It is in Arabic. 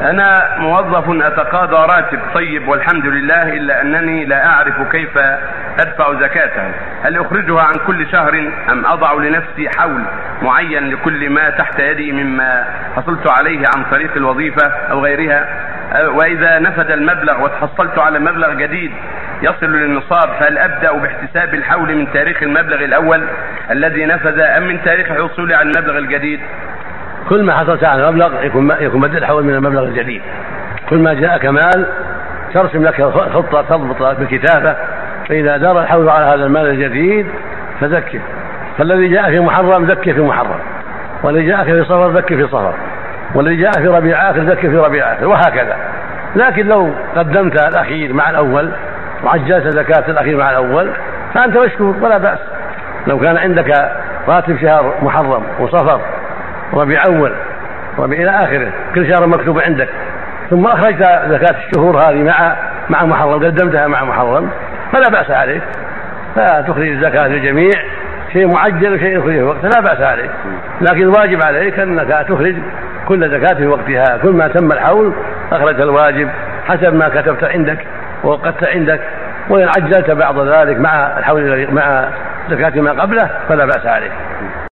أنا موظف أتقاضى راتب طيب والحمد لله، إلا أنني لا أعرف كيف أدفع زكاته. هل أخرجها عن كل شهر أم أضع لنفسي حول معين لكل ما تحت يدي مما حصلت عليه عن طريق الوظيفة أو غيرها؟ وإذا نفد المبلغ وتحصلت على مبلغ جديد يصل للنصاب، فهل أبدأ باحتساب الحول من تاريخ المبلغ الأول الذي نفذ أم من تاريخ حصولي على المبلغ الجديد؟ كل ما حصلت على المبلغ يكون بدء الحول من المبلغ الجديد. كل ما جاءك مال ترسم لك خطة تضبط بالكتابة، فإذا دار الحول على هذا المال الجديد فزكه. فالذي جاء في محرم زكه في محرم، والذي جاءك في صفر زكه في صفر، والذي جاء في ربيع آخر زكه في ربيع آخر، وهكذا. لكن لو قدمت الأخير مع الأول وعجلت زكاة الأخير مع الأول فأنت مشكور ولا بأس. لو كان عندك راتب شهر محرم وصفر ربيع أول ربيع إلى آخره كل شهر مكتوب عندك، ثم أخرجت زكاة الشهور هذه مع محرم، قدمتها مع محرم، فلا بأس عليك. فتخرج الزكاة للجميع، شيء معجل وشيء يخرج في وقته، لا بأس عليك. لكن الواجب عليك أنك تخرج كل زكاة في وقتها. كل ما تم الحول أخرج الواجب حسب ما كتبت عندك ووقت عندك. وإن عجلت بعض ذلك مع الحول مع زكاة ما قبله فلا بأس عليك.